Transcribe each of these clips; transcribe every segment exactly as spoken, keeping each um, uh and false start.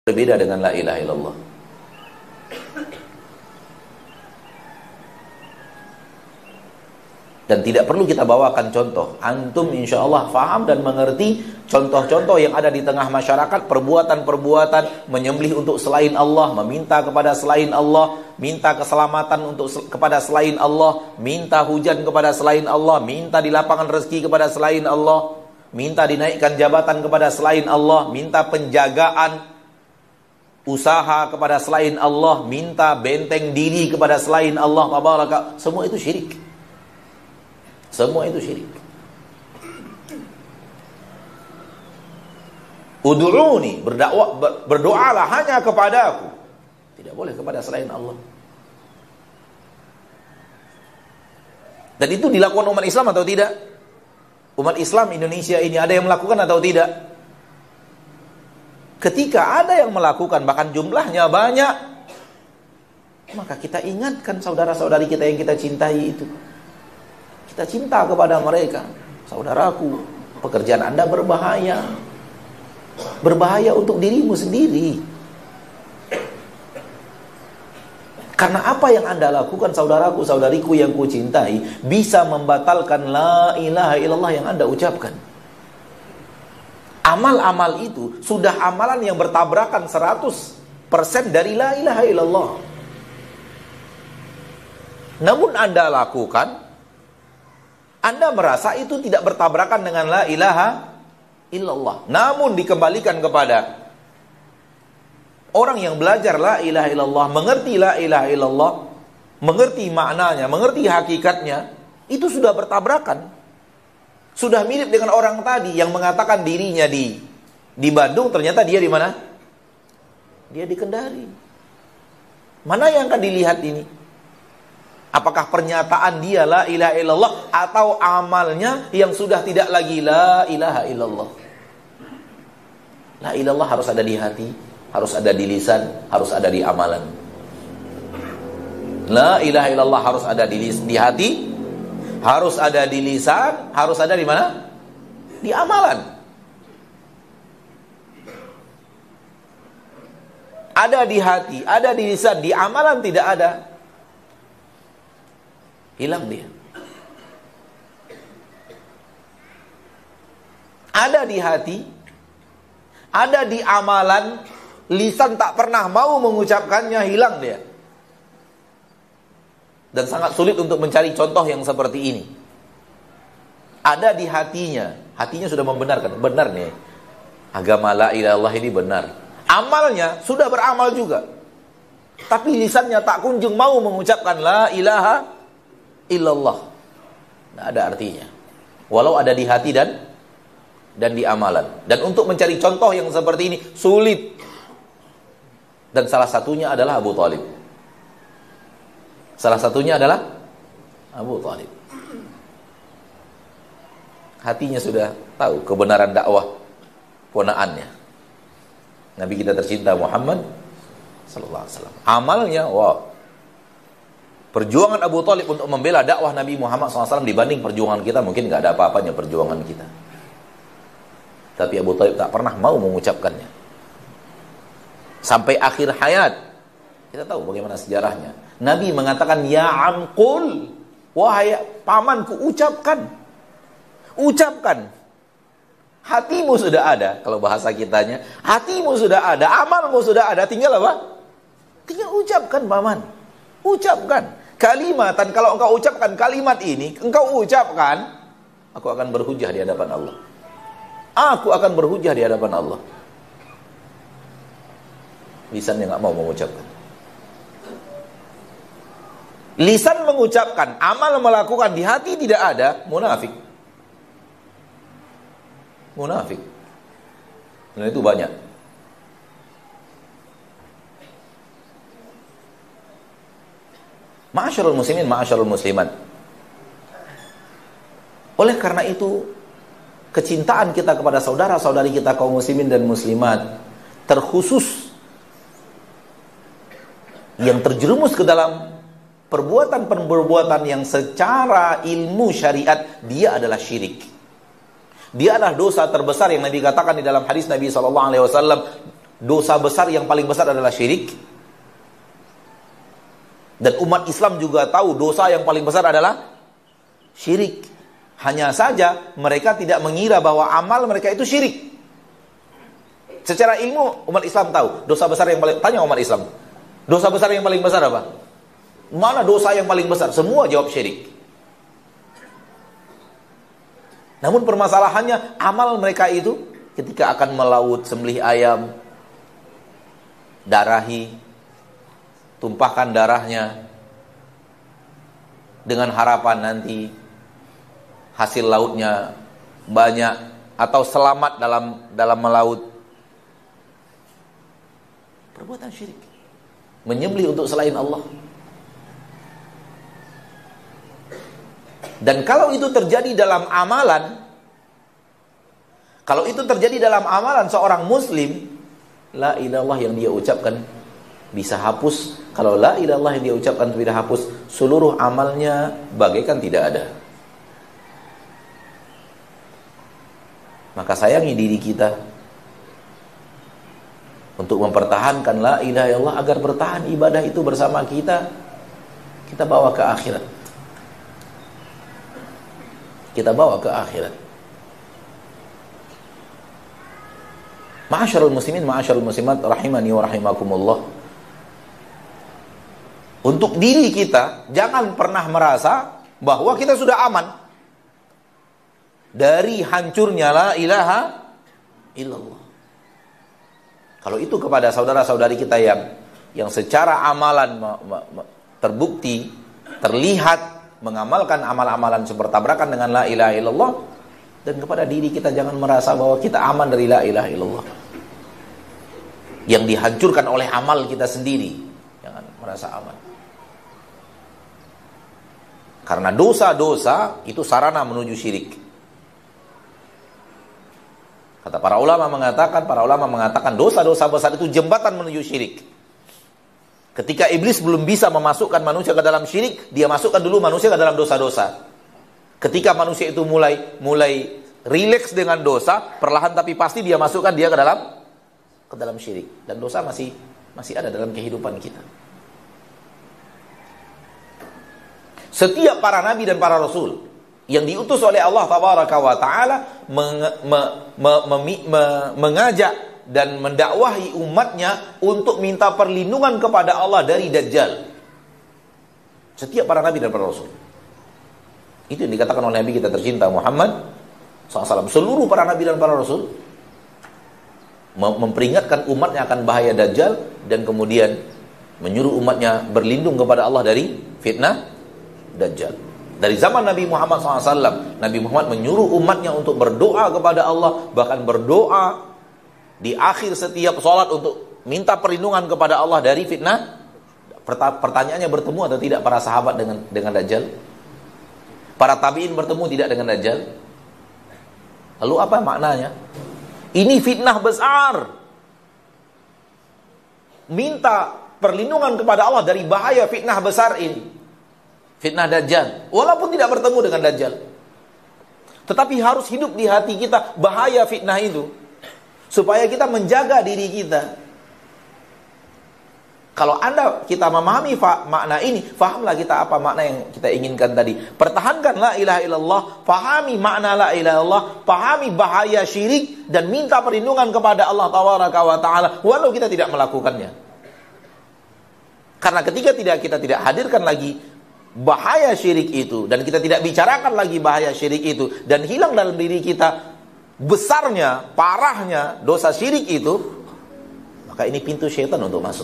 berbeda dengan la ilaha illallah. Dan tidak perlu kita bawakan contoh. Antum insya Allah faham dan mengerti contoh-contoh yang ada di tengah masyarakat. Perbuatan-perbuatan menyembelih untuk selain Allah, meminta kepada selain Allah, minta keselamatan untuk kepada selain Allah, minta hujan kepada selain Allah, minta di lapangan rezeki kepada selain Allah, minta dinaikkan jabatan kepada selain Allah, minta penjagaan usaha kepada selain Allah, minta benteng diri kepada selain Allah. Semua itu syirik. Semua itu syirik. Ud'uni, berdakwah, berdoalah hanya kepada aku. Tidak boleh kepada selain Allah. Dan itu dilakukan umat Islam atau tidak? Umat Islam Indonesia ini ada yang melakukan atau tidak? Ketika ada yang melakukan, bahkan jumlahnya banyak, maka kita ingatkan saudara-saudari kita yang kita cintai itu. Kita cinta kepada mereka. Saudaraku, pekerjaan Anda berbahaya. Berbahaya untuk dirimu sendiri. Karena apa yang Anda lakukan, saudaraku, saudariku yang ku cintai, bisa membatalkan la ilaha illallah yang Anda ucapkan. Amal-amal itu sudah amalan yang bertabrakan seratus persen dari la ilaha illallah. Namun Anda lakukan, Anda merasa itu tidak bertabrakan dengan la ilaha illallah. Namun dikembalikan kepada orang yang belajar la ilaha illallah, mengerti la ilaha illallah, mengerti maknanya, mengerti hakikatnya, itu sudah bertabrakan. Sudah mirip dengan orang tadi yang mengatakan dirinya di di Bandung, ternyata dia di mana? Dia di Kendari. Mana yang akan dilihat ini? Apakah pernyataan dia la ilaha illallah atau amalnya yang sudah tidak lagi la ilaha illallah? La ilallah harus ada di hati, harus ada di lisan, harus ada di amalan. La ilaha illallah harus ada di, di hati, harus ada di lisan, harus ada di mana? Di amalan. Ada di hati, ada di lisan, di amalan tidak ada. Hilang dia. Ada di hati, ada di amalan, lisan tak pernah mau mengucapkannya, hilang dia. Dan sangat sulit untuk mencari contoh yang seperti ini. Ada di hatinya, hatinya sudah membenarkan, benar nih, agama la ilaha illallah ini benar. Amalnya sudah beramal juga, tapi lisannya tak kunjung mau mengucapkan la ilaha illallah. Tidak ada artinya. Walau ada di hati dan dan di amalan. Dan untuk mencari contoh yang seperti ini sulit. Dan salah satunya adalah Abu Thalib. Salah satunya adalah Abu Thalib. Hatinya sudah tahu kebenaran dakwah ponaannya, Nabi kita tercinta Muhammad sallallahu alaihi wasallam. Amalnya, wow. Perjuangan Abu Thalib untuk membela dakwah Nabi Muhammad shallallahu alaihi wasallam dibanding perjuangan kita mungkin nggak ada apa-apanya perjuangan kita. Tapi Abu Thalib tak pernah mau mengucapkannya. Sampai akhir hayat, kita tahu bagaimana sejarahnya. Nabi mengatakan, ya amqul, wahai pamanku, ucapkan. Ucapkan. Hatimu sudah ada, kalau bahasa kitanya. Hatimu sudah ada, amalmu sudah ada, tinggal apa? Tinggal ucapkan, paman. Ucapkan. Kalimatan, kalau engkau ucapkan kalimat ini, engkau ucapkan, aku akan berhujjah di hadapan Allah. Aku akan berhujjah di hadapan Allah. Lisannya nggak mau mengucapkan. Lisan mengucapkan, amal melakukan, di hati tidak ada, munafik. Munafik. Dan itu banyak. Ma'asyarul muslimin, ma'asyarul muslimat. Oleh karena itu, kecintaan kita kepada saudara-saudari kita kaum muslimin dan muslimat, terkhusus yang terjerumus ke dalam perbuatan-perbuatan yang secara ilmu syariat, dia adalah syirik. Dia adalah dosa terbesar yang Nabi katakan di dalam hadis Nabi sallallahu alaihi wasallam, dosa besar yang paling besar adalah syirik. Dan umat Islam juga tahu dosa yang paling besar adalah syirik. Hanya saja mereka tidak mengira bahwa amal mereka itu syirik. Secara ilmu umat Islam tahu dosa besar yang paling, tanya umat Islam, dosa besar yang paling besar apa? Mana dosa yang paling besar? Semua jawab syirik. Namun permasalahannya amal mereka itu ketika akan melaut, sembelih ayam, darahi, tumpahkan darahnya dengan harapan nanti hasil lautnya banyak atau selamat dalam dalam melaut. Perbuatan syirik. Menyembelih untuk selain Allah. Dan kalau itu terjadi dalam amalan, kalau itu terjadi dalam amalan seorang muslim, la ilallah yang dia ucapkan bisa hapus. Kalau la ilallah yang dia ucapkan tidak hapus, seluruh amalnya bagaikan tidak ada. Maka sayangi diri kita untuk mempertahankan la ilaha illallah agar bertahan ibadah itu bersama kita. Kita bawa ke akhirat. Kita bawa ke akhirat. Ma'asyarul muslimin, ma'asyarul muslimat, rahimani wa rahimakumullah. Untuk diri kita, jangan pernah merasa bahwa kita sudah aman dari hancurnya la ilaha illallah. Kalau itu kepada saudara-saudari kita yang yang secara amalan me, me, me, terbukti, terlihat mengamalkan amal-amalan bertabrakan dengan la ilaha illallah, dan kepada diri kita jangan merasa bahwa kita aman dari la ilaha illallah yang dihancurkan oleh amal kita sendiri. Jangan merasa aman. Karena dosa-dosa itu sarana menuju syirik. Kata para ulama mengatakan, para ulama mengatakan dosa-dosa besar itu jembatan menuju syirik. Ketika iblis belum bisa memasukkan manusia ke dalam syirik, dia masukkan dulu manusia ke dalam dosa-dosa. Ketika manusia itu mulai mulai rileks dengan dosa, perlahan tapi pasti dia masukkan dia ke dalam ke dalam syirik. Dan dosa masih masih ada dalam kehidupan kita. Setiap para nabi dan para rasul yang diutus oleh Allah Tabaraka wa Ta'ala meng, me, me, me, me, mengajak dan mendakwahi umatnya untuk minta perlindungan kepada Allah dari Dajjal. Setiap para nabi dan para rasul. Itu yang dikatakan oleh Nabi kita tercinta Muhammad shallallahu alaihi wasallam. Seluruh para nabi dan para rasul memperingatkan umatnya akan bahaya Dajjal, dan kemudian menyuruh umatnya berlindung kepada Allah dari fitnah Dajjal. Dari zaman Nabi Muhammad shallallahu alaihi wasallam, Nabi Muhammad menyuruh umatnya untuk berdoa kepada Allah, bahkan berdoa di akhir setiap sholat untuk minta perlindungan kepada Allah dari fitnah. Pertanyaannya, bertemu atau tidak para sahabat dengan dengan Dajjal? Para tabi'in bertemu tidak dengan Dajjal? Lalu apa maknanya? Ini fitnah besar. Minta perlindungan kepada Allah dari bahaya fitnah besar ini, fitnah Dajjal. Walaupun tidak bertemu dengan Dajjal, tetapi harus hidup di hati kita bahaya fitnah itu, supaya kita menjaga diri kita. Kalau Anda kita memahami fa- makna ini, fahamlah kita apa makna yang kita inginkan tadi. Pertahankan la ilaha illallah, fahami makna la ilaha illallah, pahami bahaya syirik, dan minta perlindungan kepada Allah Tabaraka wa Ta'ala walau kita tidak melakukannya. Karena ketika tidak kita tidak hadirkan lagi bahaya syirik itu, dan kita tidak bicarakan lagi bahaya syirik itu, dan hilang dalam diri kita besarnya, parahnya dosa syirik itu, maka ini pintu syaitan untuk masuk.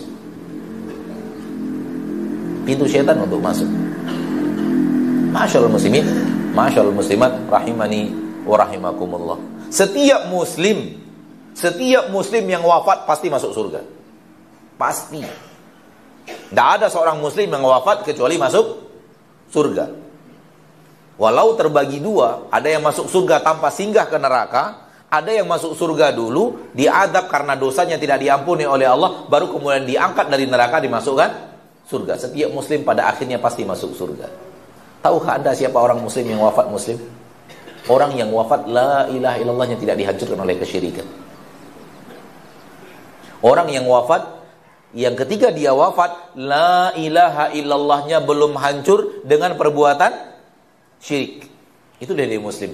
Pintu syaitan untuk masuk. Masyaallah muslimin, masyaallah muslimat, rahimani wa rahimakumullah. Setiap muslim, setiap muslim yang wafat pasti masuk surga. Pasti. Tidak ada seorang muslim yang wafat kecuali masuk surga. Walau terbagi dua, ada yang masuk surga tanpa singgah ke neraka, ada yang masuk surga dulu, diadab karena dosanya tidak diampuni oleh Allah, baru kemudian diangkat dari neraka dimasukkan surga. Setiap muslim pada akhirnya pasti masuk surga. Tahukah Anda siapa orang muslim yang wafat muslim? Orang yang wafat la ilaha illallahnya tidak dihancurkan oleh kesyirikan. Orang yang wafat, yang ketika dia wafat, la ilaha illallahnya belum hancur dengan perbuatan syirik. Itu dari muslim.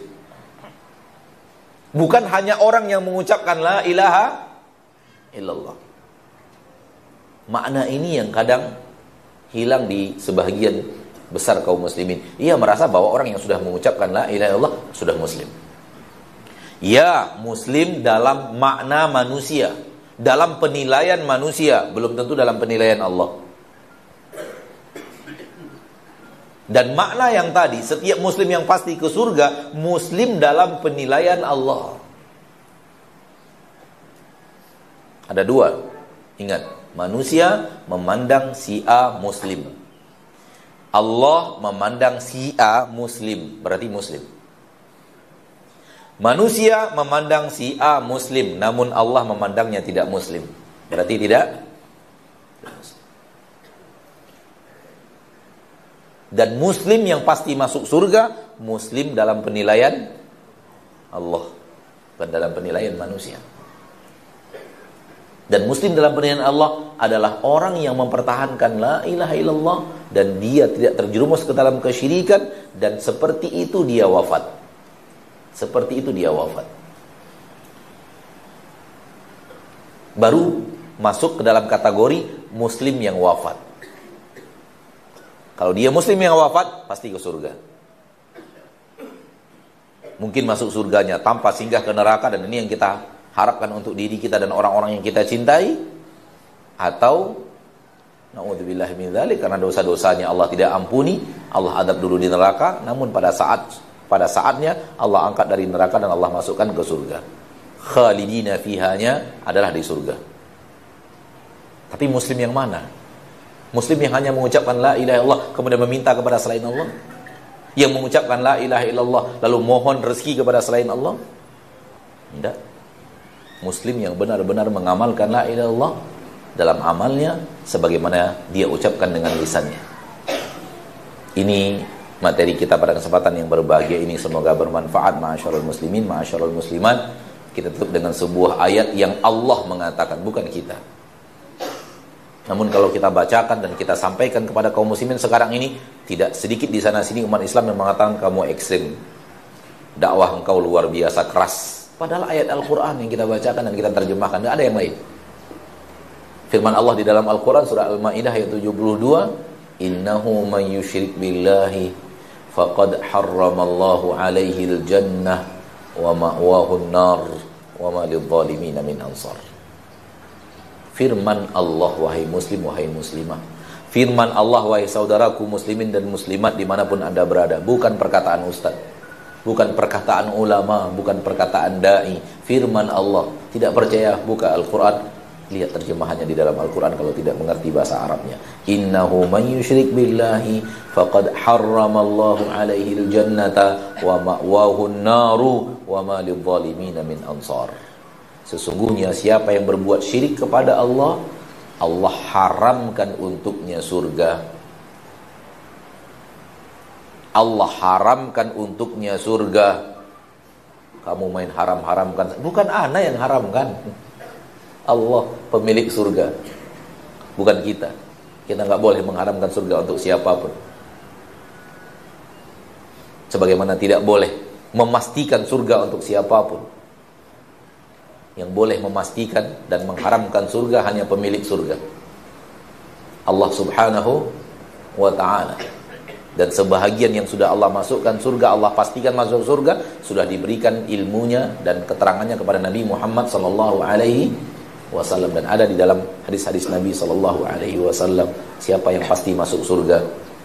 Bukan hanya orang yang mengucapkan la ilaha illallah. Makna ini yang kadang hilang di sebagian besar kaum muslimin. Ia merasa bahwa orang yang sudah mengucapkan la ilaha illallah sudah muslim. Ya, muslim dalam makna manusia, dalam penilaian manusia, belum tentu dalam penilaian Allah. Dan makna yang tadi, setiap muslim yang pasti ke surga, muslim dalam penilaian Allah. Ada dua. Ingat, manusia memandang si A muslim. Allah memandang si A muslim, berarti muslim. Manusia memandang si A muslim, namun Allah memandangnya tidak muslim, berarti tidak. Dan muslim yang pasti masuk surga, muslim dalam penilaian Allah, bukan dalam penilaian manusia. Dan muslim dalam penilaian Allah adalah orang yang mempertahankan la ilaha illallah dan dia tidak terjerumus ke dalam kesyirikan, dan seperti itu dia wafat. Seperti itu dia wafat. Baru masuk ke dalam kategori muslim yang wafat. Kalau dia muslim yang wafat, pasti ke surga. Mungkin masuk surganya tanpa singgah ke neraka, dan ini yang kita harapkan untuk diri kita dan orang-orang yang kita cintai. Atau na'udzubillahi min dzalik, karena dosa-dosanya Allah tidak ampuni, Allah adab dulu di neraka, namun pada saat pada saatnya Allah angkat dari neraka dan Allah masukkan ke surga. Khalidina fihanya adalah di surga. Tapi muslim yang mana? Muslim yang hanya mengucapkan la ilaha illallah kemudian meminta kepada selain Allah, yang mengucapkan la ilaha illallah lalu mohon rezeki kepada selain Allah? Tidak. Muslim yang benar-benar mengamalkan la ilaha illallah dalam amalnya sebagaimana dia ucapkan dengan lisannya. Ini materi kita pada kesempatan yang berbahagia ini, semoga bermanfaat. Ma'asyarul muslimin, ma'asyarul muslimat. Kita tutup dengan sebuah ayat yang Allah mengatakan, bukan kita. Namun kalau kita bacakan dan kita sampaikan kepada kaum muslimin sekarang ini, tidak sedikit di sana sini umat Islam yang mengatakan kamu ekstrim, dakwah engkau luar biasa keras. Padahal ayat Al-Quran yang kita bacakan dan kita terjemahkan, tidak ada yang lain. Firman Allah di dalam Al-Quran surah Al-Ma'idah ayat tujuh puluh dua, innahu man yusyrik billahi faqad harramallahu alaihi al-jannah wa ma'wahu an-nar wa ma lidh-dhalimin min ansar. Firman Allah, wahai muslim, wahai muslimah. Firman Allah, wahai saudaraku muslimin dan muslimat dimanapun anda berada. Bukan perkataan ustaz, bukan perkataan ulama, bukan perkataan da'i. Firman Allah. Tidak percaya, buka Al-Quran, lihat terjemahannya di dalam Al-Quran kalau tidak mengerti bahasa Arabnya. Innahu man yusyrik billahi faqad harramallahu alaihi al-jannata wa ma'wahu an-naru wa ma lidh-dhalimin min ansar. Sesungguhnya siapa yang berbuat syirik kepada Allah, Allah haramkan untuknya surga. Allah haramkan untuknya surga. Kamu main haram-haramkan, bukan ana yang haramkan. Allah pemilik surga, bukan kita. Kita nggak boleh mengharamkan surga untuk siapapun. Sebagaimana tidak boleh memastikan surga untuk siapapun. Yang boleh memastikan dan mengharamkan surga hanya pemilik surga, Allah subhanahu wa ta'ala. Dan sebahagian yang sudah Allah masukkan surga, Allah pastikan masuk surga, sudah diberikan ilmunya dan keterangannya kepada Nabi Muhammad sallallahu alaihi wasallam. Dan ada di dalam hadis-hadis Nabi sallallahu alaihi wasallam siapa yang pasti masuk surga.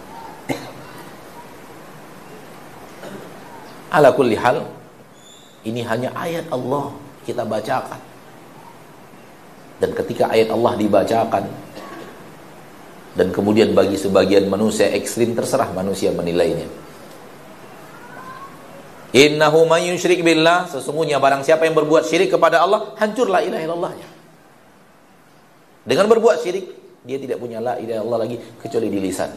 Ala kulli hal, ini hanya ayat Allah kita bacakan. Dan ketika ayat Allah dibacakan dan kemudian bagi sebagian manusia ekstrim, terserah manusia menilainya. Innahu man yusyrik billah, sesungguhnya barang siapa yang berbuat syirik kepada Allah, hancur la ilaha illallahnya. Dengan berbuat syirik, dia tidak punya la ilaha illallah lagi kecuali di lisan.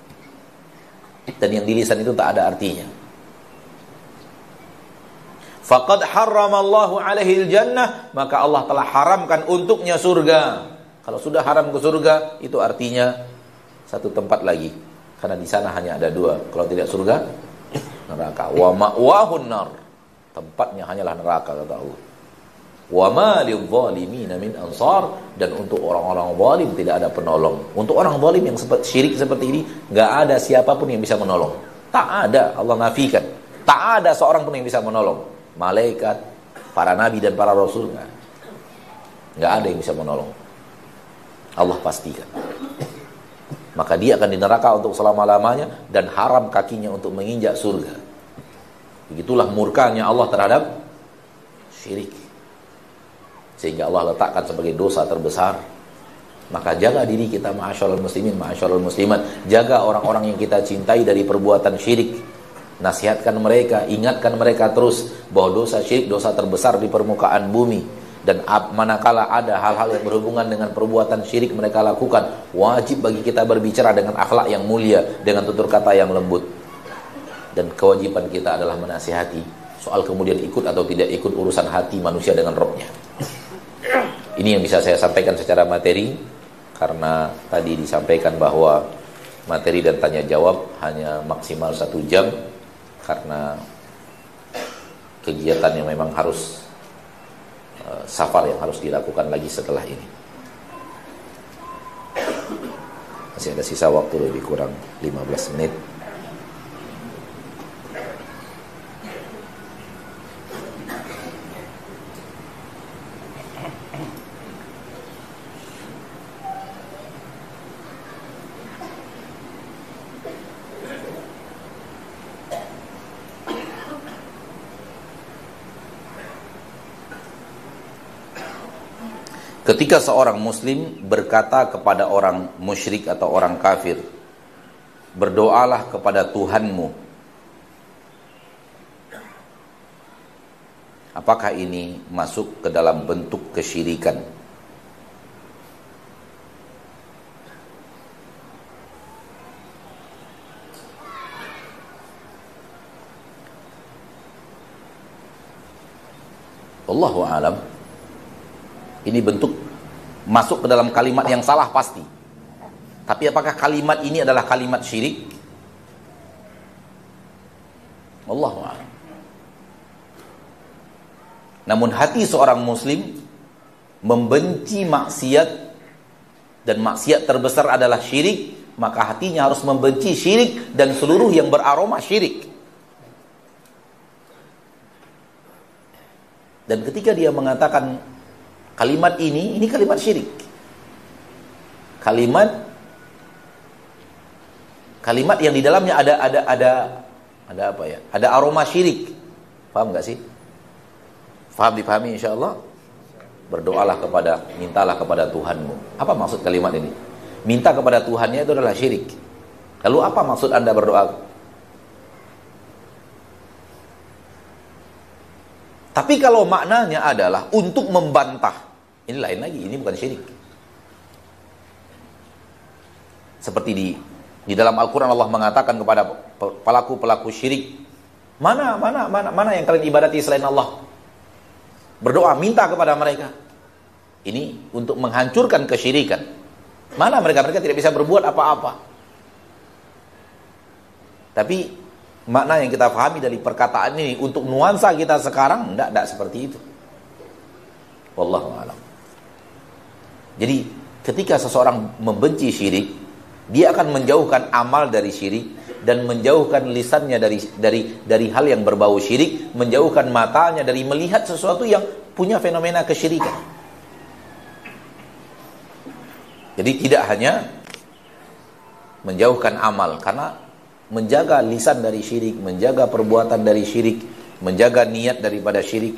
Dan yang di lisan itu tak ada artinya. faqad harramallahu alaihi jannah, maka Allah telah haramkan untuknya surga. Kalau sudah haram ke surga, itu artinya satu tempat lagi, karena di sana hanya ada dua. Kalau tidak surga, neraka. Wa ma'wahun nar, tempatnya hanyalah neraka, kata Allah. Wa ma lidh-dhalimina min ansar, dan untuk orang-orang zalim tidak ada penolong. Untuk orang zalim yang seperti syirik seperti ini, enggak ada siapapun yang bisa menolong. Tak ada, Allah nafikan. Tak ada seorang pun yang bisa menolong. Malaikat, para nabi dan para rasul, enggak. Enggak ada yang bisa menolong. Allah pastikan. Maka dia akan di neraka untuk selama-lamanya, dan haram kakinya untuk menginjak surga. Begitulah murkanya Allah terhadap syirik, sehingga Allah letakkan sebagai dosa terbesar. Maka jaga diri kita, ma'asyarul muslimin, ma'asyarul muslimat. Jaga orang-orang yang kita cintai dari perbuatan syirik. Nasihatkan mereka, ingatkan mereka terus bahwa dosa syirik dosa terbesar di permukaan bumi. Dan manakala ada hal-hal yang berhubungan dengan perbuatan syirik mereka lakukan, wajib bagi kita berbicara dengan akhlak yang mulia, dengan tutur kata yang lembut. Dan kewajiban kita adalah menasihati. Soal kemudian ikut atau tidak ikut urusan hati manusia dengan Rabb-nya. Ini yang bisa saya sampaikan secara materi, karena tadi disampaikan bahwa materi dan tanya jawab hanya maksimal satu jam, karena kegiatan yang memang harus uh, safar yang harus dilakukan lagi setelah ini. Masih ada sisa waktu lebih kurang lima belas menit. Ketika seorang muslim berkata kepada orang musyrik atau orang kafir, berdoalah kepada Tuhanmu, apakah ini masuk ke dalam bentuk kesyirikan? Wallahu a'lam. Ini bentuk masuk ke dalam kalimat yang salah pasti. Tapi apakah kalimat ini adalah kalimat syirik? Wallahu a'lam. Namun hati seorang muslim membenci maksiat, dan maksiat terbesar adalah syirik, maka hatinya harus membenci syirik dan seluruh yang beraroma syirik. Dan ketika dia mengatakan kalimat ini, ini kalimat syirik. Kalimat kalimat yang di dalamnya ada ada ada ada apa ya? Ada aroma syirik. Paham enggak sih? Paham, dipahami insyaallah? Berdoalah kepada, mintalah kepada Tuhanmu. Apa maksud kalimat ini? Minta kepada Tuhannya itu adalah syirik. Lalu apa maksud Anda berdoa? Tapi kalau maknanya adalah untuk membantah, ini lain lagi, ini bukan syirik. Seperti di di dalam Al-Quran Allah mengatakan kepada pelaku-pelaku syirik, mana mana mana mana yang kalian ibadati selain Allah? Berdoa, minta kepada mereka. Ini untuk menghancurkan kesyirikan. Mana mereka? Mereka tidak bisa berbuat apa-apa. Tapi makna yang kita pahami dari perkataan ini untuk nuansa kita sekarang, enggak, enggak seperti itu. Wallahu a'lam. Jadi ketika seseorang membenci syirik, dia akan menjauhkan amal dari syirik dan menjauhkan lisannya dari dari dari hal yang berbau syirik, menjauhkan matanya dari melihat sesuatu yang punya fenomena kesyirikan. Jadi tidak hanya menjauhkan amal, karena menjaga lisan dari syirik, menjaga perbuatan dari syirik, menjaga niat daripada syirik.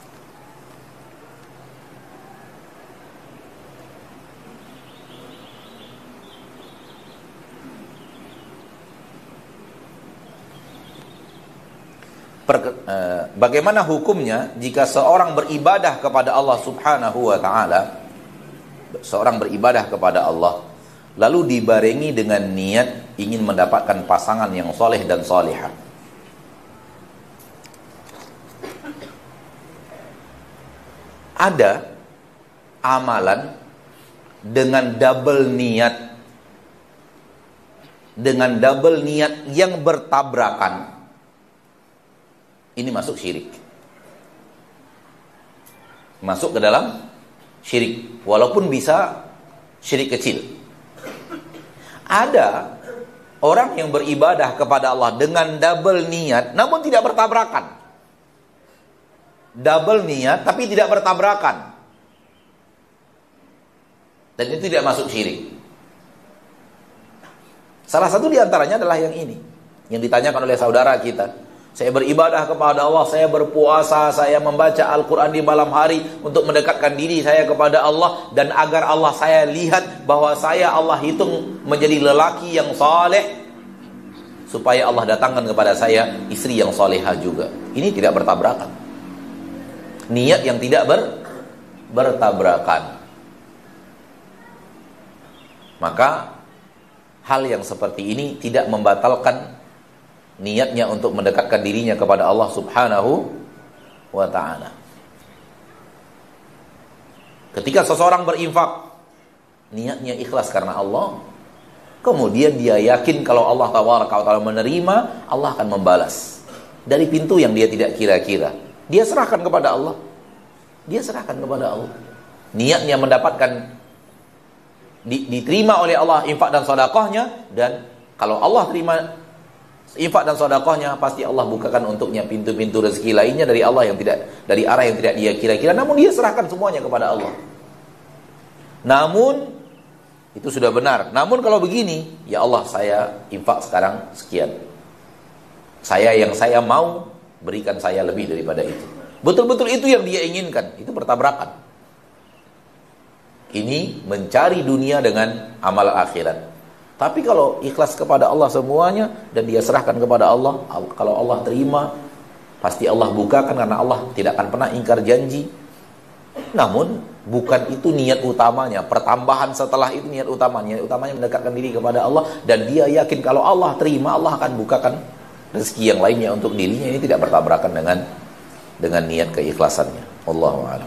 Per, eh, bagaimana hukumnya jika seorang beribadah kepada Allah Subhanahu wa taala, seorang beribadah kepada Allah, lalu dibarengi dengan niat ingin mendapatkan pasangan yang soleh dan solehah? ada amalan dengan double niat, dengan double niat yang bertabrakan, ini masuk syirik. Masuk ke dalam syirik, walaupun bisa syirik kecil. Ada orang yang beribadah kepada Allah dengan double niat, namun tidak bertabrakan. Double niat, tapi tidak bertabrakan. Dan itu tidak masuk syirik. Salah satu diantaranya adalah yang ini, yang ditanyakan oleh saudara kita. Saya beribadah kepada Allah, saya berpuasa, saya membaca Al-Quran di malam hari untuk mendekatkan diri saya kepada Allah, dan agar Allah saya lihat bahwa saya Allah hitung menjadi lelaki yang saleh, supaya Allah datangkan kepada saya istri yang salehah juga. Ini tidak bertabrakan. Niat yang tidak ber, bertabrakan. Maka hal yang seperti ini tidak membatalkan niatnya untuk mendekatkan dirinya kepada Allah Subhanahu wa ta'ala. Ketika seseorang berinfak, niatnya ikhlas karena Allah, kemudian dia yakin kalau Allah Tabaraka wa ta'ala menerima, Allah akan membalas dari pintu yang dia tidak kira-kira. Dia serahkan kepada Allah. Dia serahkan kepada Allah. Niatnya mendapatkan, diterima oleh Allah infak dan sedekahnya, dan kalau Allah terima infak dan sedekahnya, pasti Allah bukakan untuknya pintu-pintu rezeki lainnya dari Allah yang tidak, dari arah yang tidak dia kira-kira. Namun dia serahkan semuanya kepada Allah. Namun itu sudah benar. Namun kalau begini, ya Allah, saya infak sekarang sekian. Saya yang saya mau, berikan saya lebih daripada itu. Betul-betul itu yang dia inginkan. Itu bertabrakan. Ini mencari dunia dengan amal akhirat. Tapi kalau ikhlas kepada Allah semuanya, dan dia serahkan kepada Allah, kalau Allah terima, pasti Allah bukakan, karena Allah tidak akan pernah ingkar janji. Namun bukan itu niat utamanya. Pertambahan setelah itu niat utamanya. Niat utamanya mendekatkan diri kepada Allah, dan dia yakin kalau Allah terima, Allah akan bukakan rezeki yang lainnya untuk dirinya. Ini tidak bertabrakan dengan dengan niat keikhlasannya. Wallahu a'lam.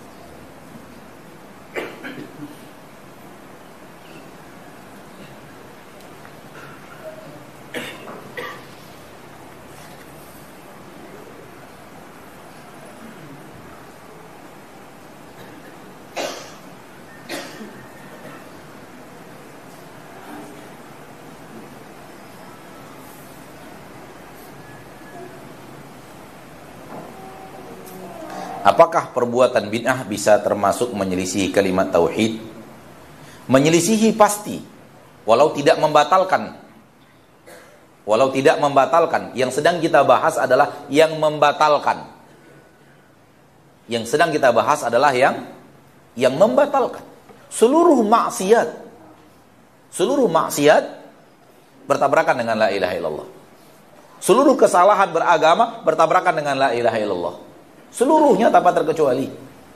Apakah perbuatan bid'ah bisa termasuk menyelisihi kalimat tauhid? Menyelisihi pasti, walau tidak membatalkan. Walau tidak membatalkan. Yang sedang kita bahas adalah yang membatalkan. Yang sedang kita bahas adalah yang yang membatalkan. Seluruh maksiat, seluruh maksiat bertabrakan dengan la ilaha illallah. Seluruh kesalahan beragama bertabrakan dengan la ilaha illallah. Seluruhnya tanpa terkecuali.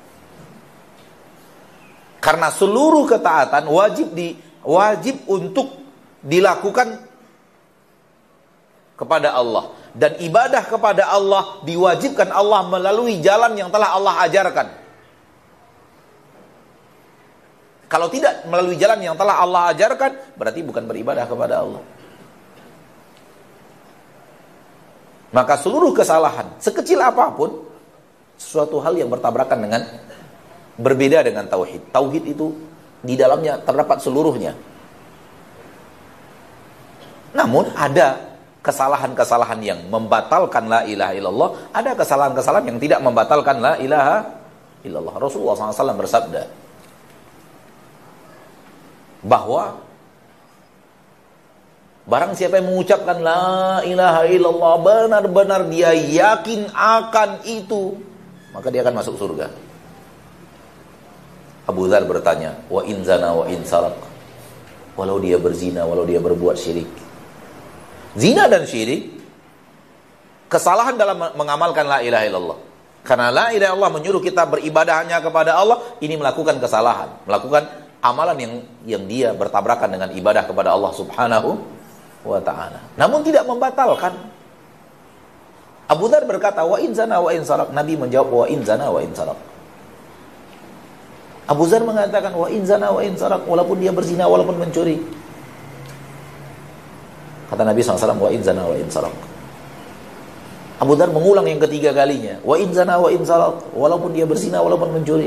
Karena seluruh ketaatan wajib di wajib untuk dilakukan kepada Allah, dan ibadah kepada Allah diwajibkan Allah melalui jalan yang telah Allah ajarkan. Kalau tidak melalui jalan yang telah Allah ajarkan, berarti bukan beribadah kepada Allah. Maka seluruh kesalahan, sekecil apapun, sesuatu hal yang bertabrakan dengan, berbeda dengan tauhid. Tauhid itu di dalamnya terdapat seluruhnya. Namun ada kesalahan-kesalahan yang membatalkan la ilaha illallah, ada kesalahan-kesalahan yang tidak membatalkan la ilaha illallah. Rasulullah shallallahu alaihi wasallam bersabda bahwa barang siapa yang mengucapkan la ilaha illallah, benar-benar dia yakin akan itu, maka dia akan masuk surga. Abu Dzar bertanya, wa in zana wa in sarak, walau dia berzina, walau dia berbuat syirik. Zina dan syirik, kesalahan dalam mengamalkan la ilaha illallah. Karena la ilaha illallah menyuruh kita beribadah hanya kepada Allah, ini melakukan kesalahan, melakukan amalan yang yang dia bertabrakan dengan ibadah kepada Allah Subhanahu wa ta'ala. Namun tidak membatalkan. Abu Dzar berkata, wa in zana wa in sarak. Nabi menjawab, wa in zana wa in sarak. Abu Dzar mengatakan wa in zana wa in sarak, walaupun dia berzina, walaupun mencuri. Kata Nabi shallallahu alaihi wasallam, wa in zana wa in sarak. Abu Dzar mengulang yang ketiga kalinya, wa in zana wa in sarak, walaupun dia berzina, walaupun mencuri.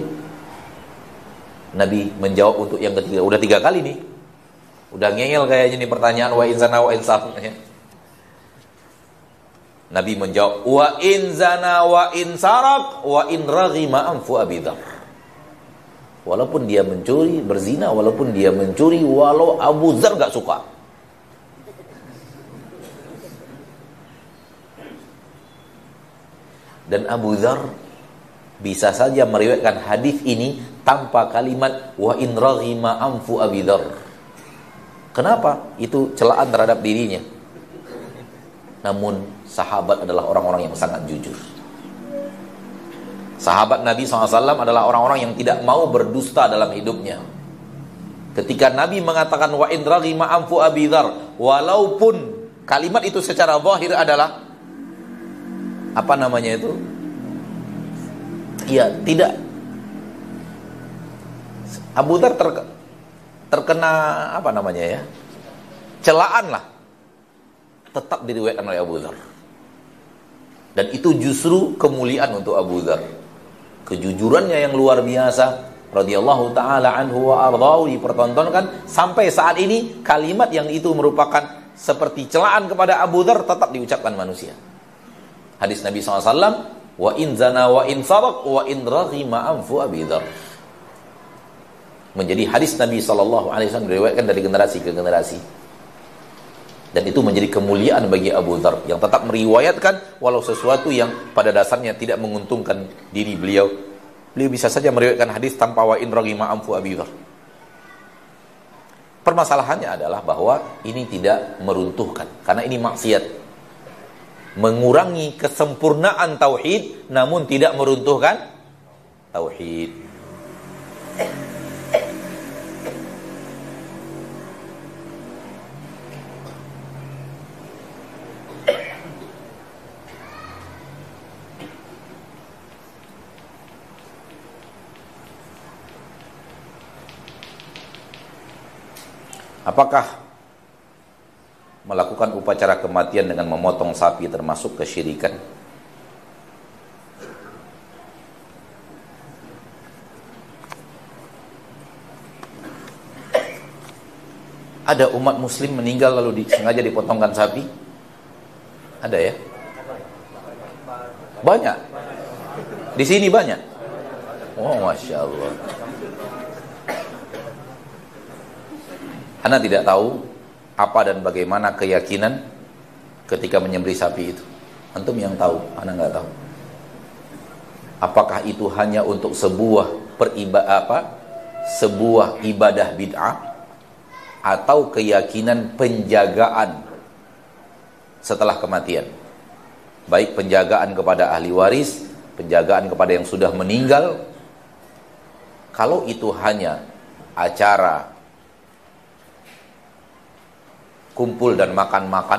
Nabi menjawab untuk yang ketiga. Udah tiga kali nih. Udah ngeyel kayaknya nih pertanyaan wa in zana wa in sarak. Nabi menjawab, wa in zana wa in sarak wa in raghima anfu Abi Dzar. Walaupun dia mencuri, berzina, walaupun dia mencuri, walau Abu Dzar gak suka. Dan Abu Dzar bisa saja meriwayatkan hadis ini tanpa kalimat wa in raghima anfu Abi Dzar. Kenapa? Itu celaan terhadap dirinya. Namun sahabat adalah orang-orang yang sangat jujur. Sahabat Nabi shallallahu alaihi wasallam adalah orang-orang yang tidak mau berdusta dalam hidupnya. Ketika Nabi mengatakan wa in raghima anfu Abi Dzar, walaupun kalimat itu secara zahir adalah apa namanya itu? Ya, tidak. Abu Dzar ter, terkena apa namanya ya? Celaan lah. Tetap diriwayatkan oleh Abu Dzar. Dan itu justru kemuliaan untuk Abu Dzar. Kejujurannya yang luar biasa, radhiyallahu taala anhu wa ardhahu, dipertontonkan sampai saat ini. Kalimat yang itu merupakan seperti celaan kepada Abu Dzar tetap diucapkan manusia. Hadis Nabi shallallahu alaihi wasallam, wa in zana wa in sarak wa in raghima anfu Abi Dzar. Menjadi hadis Nabi shallallahu alaihi wasallam diriwayatkan dari generasi ke generasi. Dan itu menjadi kemuliaan bagi Abu Dzar yang tetap meriwayatkan walau sesuatu yang pada dasarnya tidak menguntungkan diri beliau. Beliau bisa saja meriwayatkan hadis tanpa wa in raghima anfu Abi Dzar. Permasalahannya adalah bahwa ini tidak meruntuhkan, karena ini maksiat. Mengurangi kesempurnaan tauhid namun tidak meruntuhkan tauhid. Apakah melakukan upacara kematian dengan memotong sapi termasuk kesyirikan? Ada umat muslim meninggal lalu di, sengaja dipotongkan sapi? Ada ya? Banyak. Di sini banyak. Oh, Masya Allah. Anda tidak tahu apa dan bagaimana keyakinan ketika menyembelih sapi itu. Antum yang tahu, Anda nggak tahu. Apakah itu hanya untuk sebuah periba apa? Sebuah ibadah bid'ah atau keyakinan penjagaan setelah kematian? Baik penjagaan kepada ahli waris, penjagaan kepada yang sudah meninggal. Kalau itu hanya acara kumpul dan makan-makan,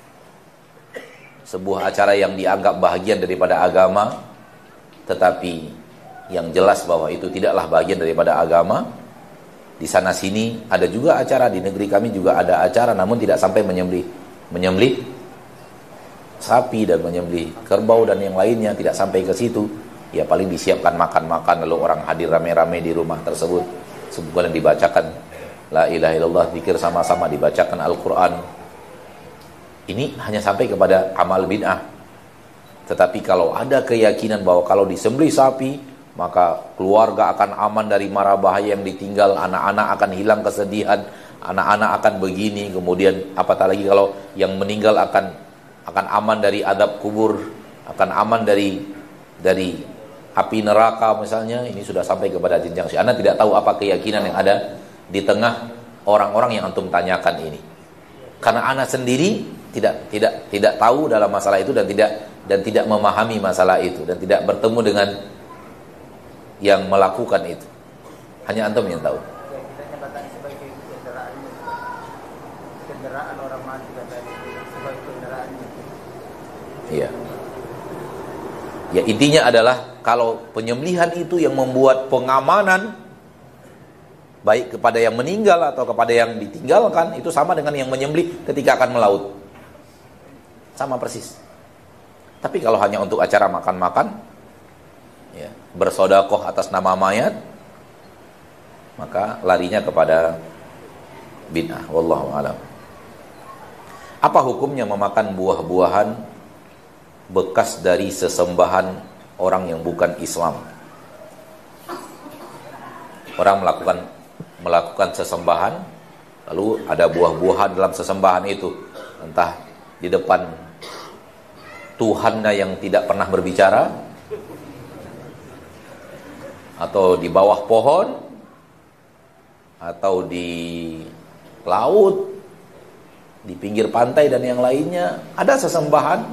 sebuah acara yang dianggap bahagian daripada agama, tetapi yang jelas bahwa itu tidaklah bagian daripada agama. Di sana sini ada juga acara, di negeri kami juga ada acara, namun tidak sampai menyembelih menyembelih sapi dan menyembelih kerbau dan yang lainnya, tidak sampai ke situ. Ya paling disiapkan makan-makan lalu orang hadir rame-rame di rumah tersebut, kemudian dibacakan la ilaha illallah, zikir sama-sama, dibacakan Al-Quran. Ini hanya sampai kepada amal bid'ah. Tetapi kalau ada keyakinan bahwa kalau disembelih sapi maka keluarga akan aman dari mara bahaya yang ditinggal, anak-anak akan hilang kesedihan, anak-anak akan begini, kemudian apatah lagi kalau yang meninggal akan akan aman dari adab kubur, akan aman dari dari api neraka misalnya, ini sudah sampai kepada jenjang syiah. Anda tidak tahu apa keyakinan yang ada di tengah orang-orang yang antum tanyakan ini, karena anak sendiri tidak tidak tidak tahu dalam masalah itu dan tidak dan tidak memahami masalah itu dan tidak bertemu dengan yang melakukan itu. Hanya antum yang tahu. Kendaraan orang mati sebagai kendaraan. Iya. Ya intinya adalah kalau penyembelihan itu yang membuat pengamanan baik kepada yang meninggal atau kepada yang ditinggalkan, itu sama dengan yang menyembelih ketika akan melaut. Sama persis. Tapi kalau hanya untuk acara makan-makan, ya, bersodakoh atas nama mayat, maka larinya kepada bid'ah. Wallahu a'lam. Apa hukumnya memakan buah-buahan bekas dari sesembahan orang yang bukan Islam? Orang melakukan melakukan sesembahan, lalu ada buah-buahan dalam sesembahan itu, entah di depan Tuhannya yang tidak pernah berbicara, atau di bawah pohon, atau di laut, di pinggir pantai dan yang lainnya, ada sesembahan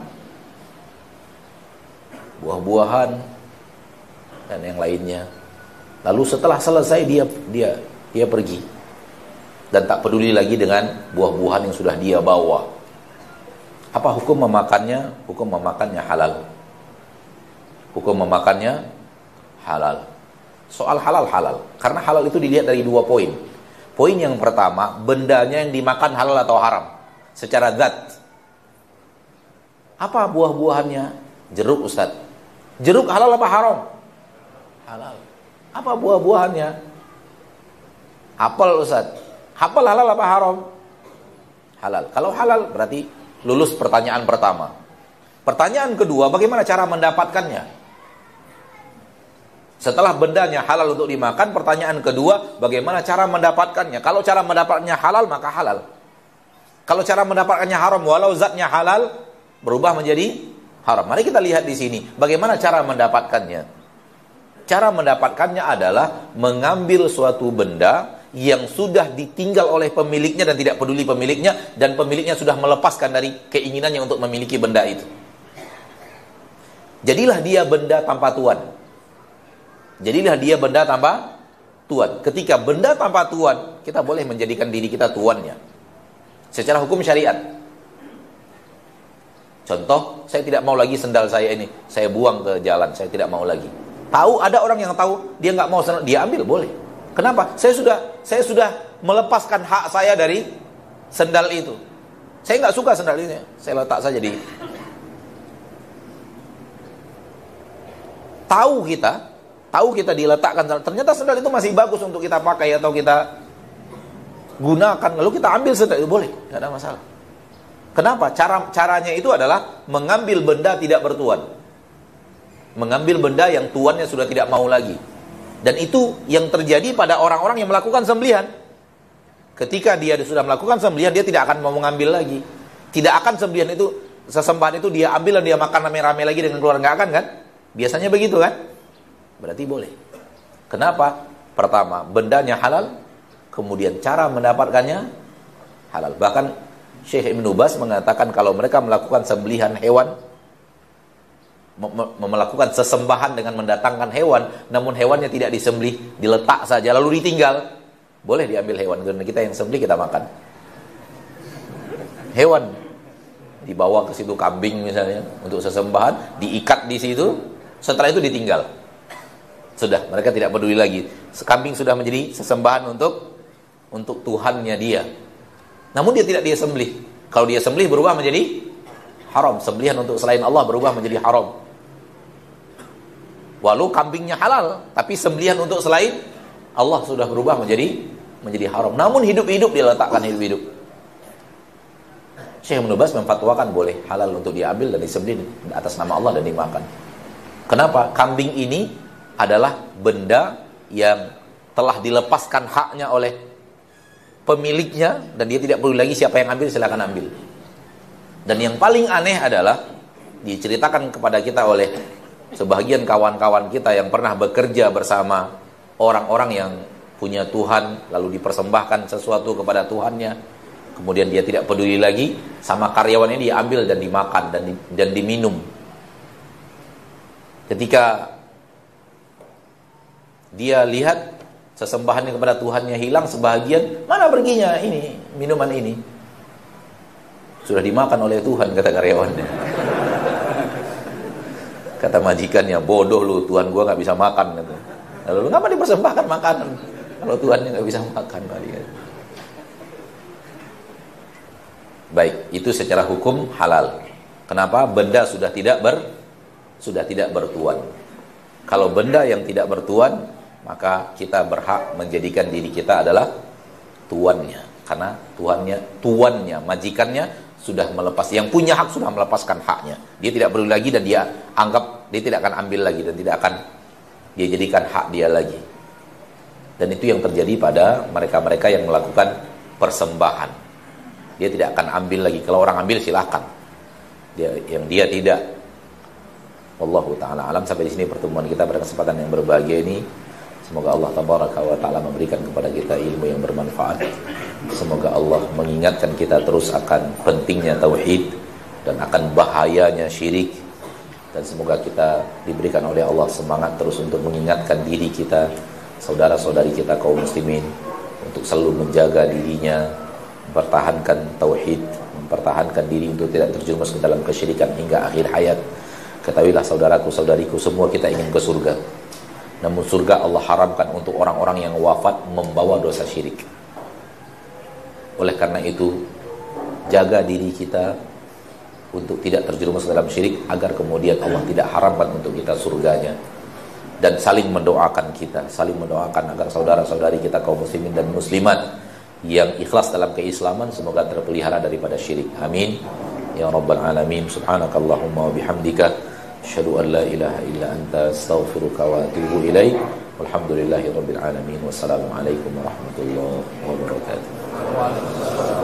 buah-buahan dan yang lainnya. Lalu setelah selesai dia dia dia pergi dan tak peduli lagi dengan buah-buahan yang sudah dia bawa. Apa hukum memakannya? Hukum memakannya halal. Hukum memakannya halal. Soal halal halal, karena halal itu dilihat dari dua poin. Poin yang pertama, bendanya yang dimakan halal atau haram secara zat. Apa buah-buahannya? Jeruk, Ustaz. Jeruk halal apa haram? Halal. Apa buah-buahannya? Apel, Ustaz. Apel halal apa haram? Halal. Kalau halal berarti lulus pertanyaan pertama. Pertanyaan kedua, bagaimana cara mendapatkannya? Setelah bendanya halal untuk dimakan, pertanyaan kedua, bagaimana cara mendapatkannya? Kalau cara mendapatkannya halal, maka halal. Kalau cara mendapatkannya haram, walau zatnya halal, berubah menjadi haram. Mari kita lihat di sini, bagaimana cara mendapatkannya. Cara mendapatkannya adalah mengambil suatu benda yang sudah ditinggal oleh pemiliknya dan tidak peduli pemiliknya, dan pemiliknya sudah melepaskan dari keinginannya untuk memiliki benda itu. Jadilah dia benda tanpa tuan. Jadilah dia benda tanpa tuan. Ketika benda tanpa tuan, kita boleh menjadikan diri kita tuannya secara hukum syariat. Contoh, saya tidak mau lagi sendal saya ini, saya buang ke jalan, saya tidak mau lagi. Tahu ada orang yang tahu dia nggak mau sendal, dia ambil, boleh. Kenapa? Saya sudah saya sudah melepaskan hak saya dari sendal itu. Saya nggak suka sendal ini, saya letak saja di. Tahu kita, tahu kita diletakkan, ternyata sendal itu masih bagus untuk kita pakai atau kita gunakan, lalu kita ambil sendal itu, boleh, nggak ada masalah. Kenapa? Cara caranya itu adalah mengambil benda tidak bertuan, mengambil benda yang tuannya sudah tidak mau lagi. Dan itu yang terjadi pada orang-orang yang melakukan sembelihan. Ketika dia sudah melakukan sembelihan, dia tidak akan mau mengambil lagi. Tidak akan sembelihan itu, sesembahan itu dia ambil dan dia makan rame-rame lagi dengan keluarga, nggak akan kan? Biasanya begitu kan? Berarti boleh. Kenapa? Pertama, bendanya halal, kemudian cara mendapatkannya halal. Bahkan Syekh Ibn Baz mengatakan kalau mereka melakukan sembelihan hewan, melakukan sesembahan dengan mendatangkan hewan, namun hewannya tidak disembelih, diletak saja lalu ditinggal, boleh diambil hewan, karena kita yang sembelih kita makan. Hewan dibawa ke situ, kambing misalnya untuk sesembahan, diikat di situ, setelah itu ditinggal. Sudah, mereka tidak peduli lagi. Kambing sudah menjadi sesembahan untuk untuk Tuhannya dia. Namun dia tidak dia sembelih. Kalau dia sembelih berubah menjadi haram. Sembelihan untuk selain Allah berubah menjadi haram. Walau kambingnya halal, tapi sembelihan untuk selain Allah sudah berubah menjadi menjadi haram. Namun hidup-hidup diletakkan hidup-hidup. Syekh Ibn Baz memfatwakan boleh halal untuk diambil dan disembelih atas nama Allah dan dimakan. Kenapa? Kambing ini adalah benda yang telah dilepaskan haknya oleh pemiliknya dan dia tidak perlu lagi siapa yang ambil, silakan ambil. Dan yang paling aneh adalah diceritakan kepada kita oleh sebagian kawan-kawan kita yang pernah bekerja bersama orang-orang yang punya Tuhan, lalu dipersembahkan sesuatu kepada Tuhannya, kemudian dia tidak peduli lagi, sama karyawannya dia ambil dan dimakan dan di, dan diminum. Ketika dia lihat sesembahannya kepada Tuhannya hilang sebahagian, mana perginya ini minuman ini? Sudah dimakan oleh Tuhan, kata karyawannya. Kata majikannya, bodoh lu, Tuhan gua gak bisa makan. Lalu ngapa dipersembahkan makanan? Kalau tuannya nggak bisa makan, kalian. Baik, itu secara hukum halal. Kenapa? Benda sudah tidak ber sudah tidak bertuan. Kalau benda yang tidak bertuan, maka kita berhak menjadikan diri kita adalah tuannya, karena tuannya, tuannya, majikannya sudah melepas, yang punya hak sudah melepaskan haknya. Dia tidak perlu lagi dan dia anggap dia tidak akan ambil lagi dan tidak akan dia jadikan hak dia lagi. Dan itu yang terjadi pada mereka-mereka yang melakukan persembahan. Dia tidak akan ambil lagi. Kalau orang ambil silahkan. Dia, yang dia tidak. Wallahu ta'ala alam. Sampai di sini pertemuan kita pada kesempatan yang berbahagia ini. Semoga Allah tabaraka wa ta'ala memberikan kepada kita ilmu yang bermanfaat. Semoga Allah mengingatkan kita terus akan pentingnya tauhid dan akan bahayanya syirik. Dan semoga kita diberikan oleh Allah semangat terus untuk mengingatkan diri kita, saudara-saudari kita kaum muslimin, untuk selalu menjaga dirinya, mempertahankan tauhid, mempertahankan diri untuk tidak terjerumus ke dalam kesyirikan hingga akhir hayat. Ketahuilah saudaraku, saudariku, semua kita ingin ke surga. Namun surga Allah haramkan untuk orang-orang yang wafat membawa dosa syirik. Oleh karena itu, jaga diri kita untuk tidak terjerumus ke dalam syirik, agar kemudian Allah tidak haramkan untuk kita surganya. Dan saling mendoakan kita, saling mendoakan agar saudara-saudari kita kaum muslimin dan muslimat yang ikhlas dalam keislaman semoga terpelihara daripada syirik. Amin ya rabbal alamin. Subhanakallahumma wa bihamdika asyhadu an la ilaha illa anta astaghfiruka wa atubu ilaik. Walhamdulillahi rabbil alamin. Wassalamualaikum warahmatullahi wabarakatuh.